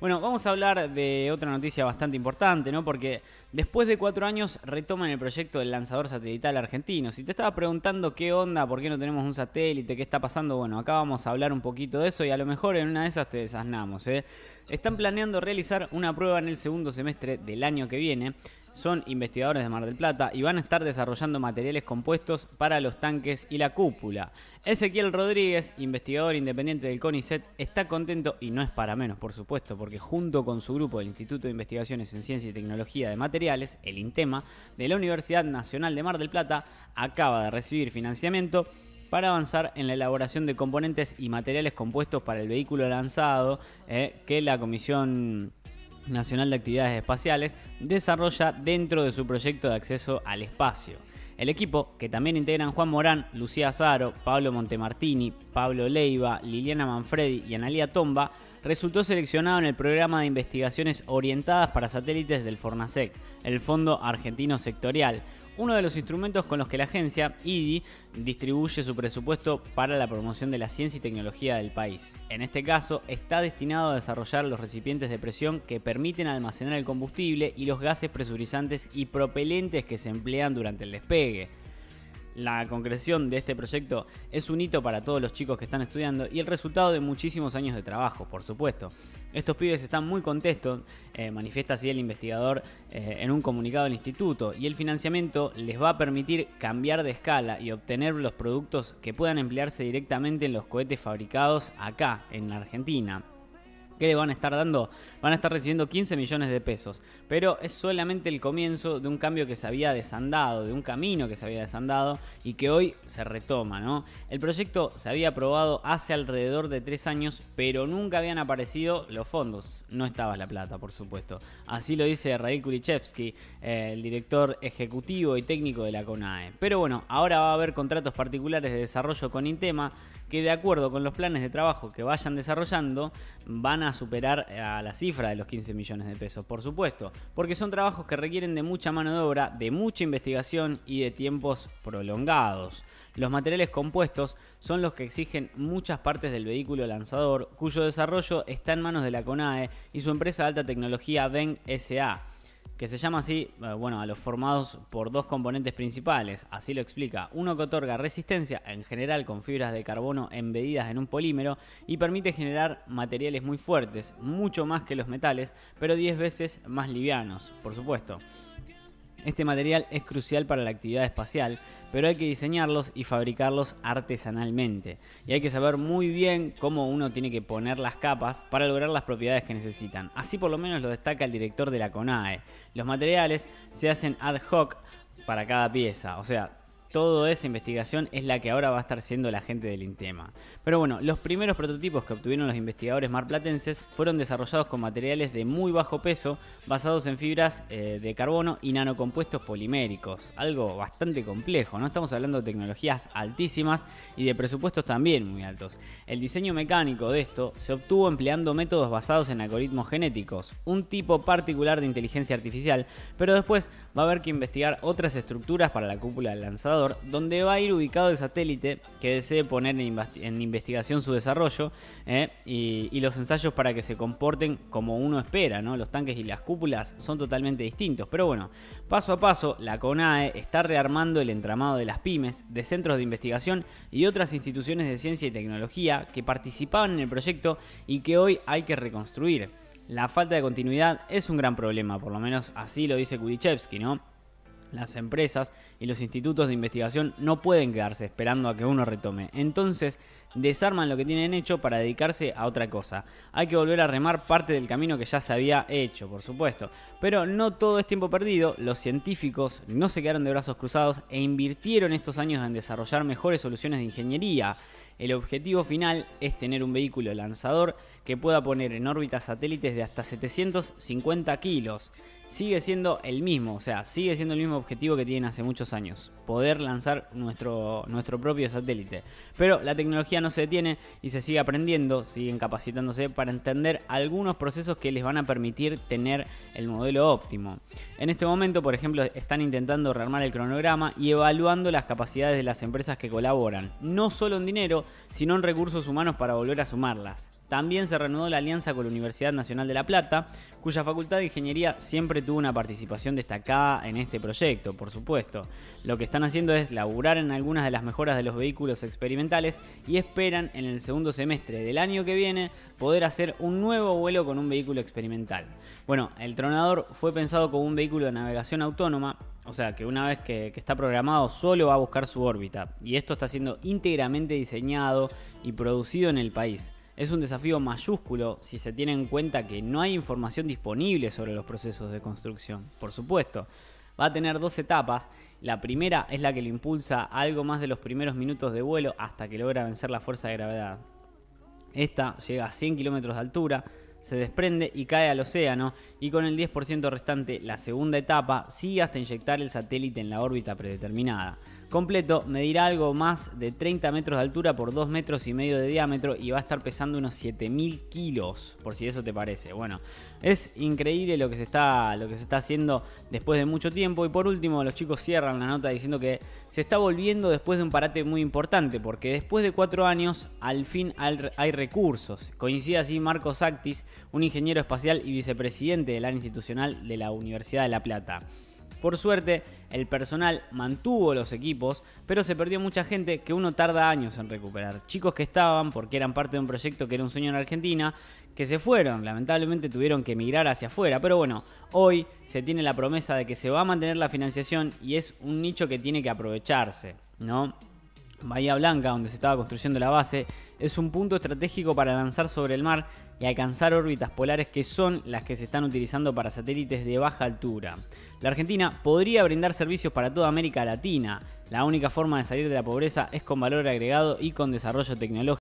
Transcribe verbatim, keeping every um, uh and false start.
Bueno, vamos a hablar de otra noticia bastante importante, ¿no? Porque después de cuatro años retoman el proyecto del lanzador satelital argentino. Si te estaba preguntando qué onda, por qué no tenemos un satélite, qué está pasando, bueno, acá vamos a hablar un poquito de eso y a lo mejor en una de esas te desasnamos, ¿eh? Están planeando realizar una prueba en el segundo semestre del año que viene. Son investigadores de Mar del Plata y van a estar desarrollando materiales compuestos para los tanques y la cúpula. Ezequiel Rodríguez, investigador independiente del CONICET, está contento y no es para menos, por supuesto, porque junto con su grupo del Instituto de Investigaciones en Ciencia y Tecnología de Materiales, el INTEMA, de la Universidad Nacional de Mar del Plata, acaba de recibir financiamiento para avanzar en la elaboración de componentes y materiales compuestos para el vehículo lanzado eh, que la Comisión Nacional de Actividades Espaciales desarrolla dentro de su proyecto de acceso al espacio. El equipo, que también integran Juan Morán, Lucía Azaro, Pablo Montemartini, Pablo Leiva, Liliana Manfredi y Analía Tomba, resultó seleccionado en el programa de investigaciones orientadas para satélites del FORNASEC, el Fondo Argentino Sectorial, uno de los instrumentos con los que la agencia, I D I, distribuye su presupuesto para la promoción de la ciencia y tecnología del país. En este caso, está destinado a desarrollar los recipientes de presión que permiten almacenar el combustible y los gases presurizantes y propelentes que se emplean durante el despegue. La concreción de este proyecto es un hito para todos los chicos que están estudiando y el resultado de muchísimos años de trabajo, por supuesto. Estos pibes están muy contentos, eh, manifiesta así el investigador eh, en un comunicado del instituto, y el financiamiento les va a permitir cambiar de escala y obtener los productos que puedan emplearse directamente en los cohetes fabricados acá, en la Argentina. ¿Qué le van a estar dando? Van a estar recibiendo quince millones de pesos, pero es solamente el comienzo de un cambio que se había desandado, de un camino que se había desandado y que hoy se retoma, ¿no? El proyecto se había aprobado hace alrededor de tres años, pero nunca habían aparecido los fondos. No estaba la plata, por supuesto. Así lo dice Raíl Kulichevsky, eh, el director ejecutivo y técnico de la CONAE. Pero bueno, ahora va a haber contratos particulares de desarrollo con INTEMA que, de acuerdo con los planes de trabajo que vayan desarrollando, van a superar a la cifra de los quince millones de pesos, por supuesto, porque son trabajos que requieren de mucha mano de obra, de mucha investigación y de tiempos prolongados. Los materiales compuestos son los que exigen muchas partes del vehículo lanzador, cuyo desarrollo está en manos de la CONAE y su empresa de alta tecnología Venc S A, que se llama así, bueno, a los formados por dos componentes principales, así lo explica. Uno que otorga resistencia, en general con fibras de carbono embedidas en un polímero, y permite generar materiales muy fuertes, mucho más que los metales, pero diez veces más livianos, por supuesto. Este material es crucial para la actividad espacial, pero hay que diseñarlos y fabricarlos artesanalmente. Y hay que saber muy bien cómo uno tiene que poner las capas para lograr las propiedades que necesitan. Así por lo menos lo destaca el director de la CONAE. Los materiales se hacen ad hoc para cada pieza, o sea, toda esa investigación es la que ahora va a estar siendo la gente del INTEMA. Pero bueno, los primeros prototipos que obtuvieron los investigadores marplatenses fueron desarrollados con materiales de muy bajo peso, basados en fibras eh, de carbono y nanocompuestos poliméricos. Algo bastante complejo, ¿no? Estamos hablando de tecnologías altísimas y de presupuestos también muy altos. El diseño mecánico de esto se obtuvo empleando métodos basados en algoritmos genéticos, un tipo particular de inteligencia artificial, pero después va a haber que investigar otras estructuras para la cúpula del lanzador, donde va a ir ubicado el satélite que desee poner en, investi- en investigación su desarrollo eh, y, y los ensayos para que se comporten como uno espera, ¿no? Los tanques y las cúpulas son totalmente distintos, pero bueno, paso a paso la CONAE está rearmando el entramado de las pymes, de centros de investigación y otras instituciones de ciencia y tecnología que participaban en el proyecto y que hoy hay que reconstruir. La falta de continuidad es un gran problema, por lo menos así lo dice Kulichevsky, ¿no? Las empresas y los institutos de investigación no pueden quedarse esperando a que uno retome. Entonces desarman lo que tienen hecho para dedicarse a otra cosa. Hay que volver a remar parte del camino que ya se había hecho, por supuesto. Pero no todo es tiempo perdido. Los científicos no se quedaron de brazos cruzados e invirtieron estos años en desarrollar mejores soluciones de ingeniería. El objetivo final es tener un vehículo lanzador que pueda poner en órbita satélites de hasta setecientos cincuenta kilos. Sigue siendo el mismo, o sea, sigue siendo el mismo objetivo que tienen hace muchos años, poder lanzar nuestro, nuestro propio satélite. Pero la tecnología no se detiene y se sigue aprendiendo, siguen capacitándose para entender algunos procesos que les van a permitir tener el modelo óptimo. En este momento, por ejemplo, están intentando rearmar el cronograma y evaluando las capacidades de las empresas que colaboran, no solo en dinero, sino en recursos humanos para volver a sumarlas. También se reanudó la alianza con la Universidad Nacional de La Plata, cuya Facultad de Ingeniería siempre tuvo una participación destacada en este proyecto, por supuesto. Lo que están haciendo es laburar en algunas de las mejoras de los vehículos experimentales y esperan en el segundo semestre del año que viene poder hacer un nuevo vuelo con un vehículo experimental. Bueno, el Tronador fue pensado como un vehículo de navegación autónoma, o sea que una vez que, que está programado solo va a buscar su órbita, y esto está siendo íntegramente diseñado y producido en el país. Es un desafío mayúsculo si se tiene en cuenta que no hay información disponible sobre los procesos de construcción. Por supuesto, va a tener dos etapas. La primera es la que le impulsa algo más de los primeros minutos de vuelo hasta que logra vencer la fuerza de gravedad. Esta llega a cien kilómetros de altura, se desprende y cae al océano, y con el diez por ciento restante, la segunda etapa sigue hasta inyectar el satélite en la órbita predeterminada. Completo, medirá algo más de treinta metros de altura por dos metros y medio de diámetro y va a estar pesando unos siete mil kilos, por si eso te parece. Bueno, es increíble lo que se está, lo que se está haciendo después de mucho tiempo. Y por último, los chicos cierran la nota diciendo que se está volviendo después de un parate muy importante, porque después de cuatro años, al fin hay recursos. Coincide así Marcos Actis, un ingeniero espacial y vicepresidente del área institucional de la Universidad de La Plata. Por suerte, el personal mantuvo los equipos, pero se perdió mucha gente que uno tarda años en recuperar. Chicos que estaban, porque eran parte de un proyecto que era un sueño en Argentina, que se fueron, lamentablemente tuvieron que emigrar hacia afuera. Pero bueno, hoy se tiene la promesa de que se va a mantener la financiación y es un nicho que tiene que aprovecharse, ¿no? Bahía Blanca, donde se estaba construyendo la base, es un punto estratégico para lanzar sobre el mar y alcanzar órbitas polares que son las que se están utilizando para satélites de baja altura. La Argentina podría brindar servicios para toda América Latina. La única forma de salir de la pobreza es con valor agregado y con desarrollo tecnológico.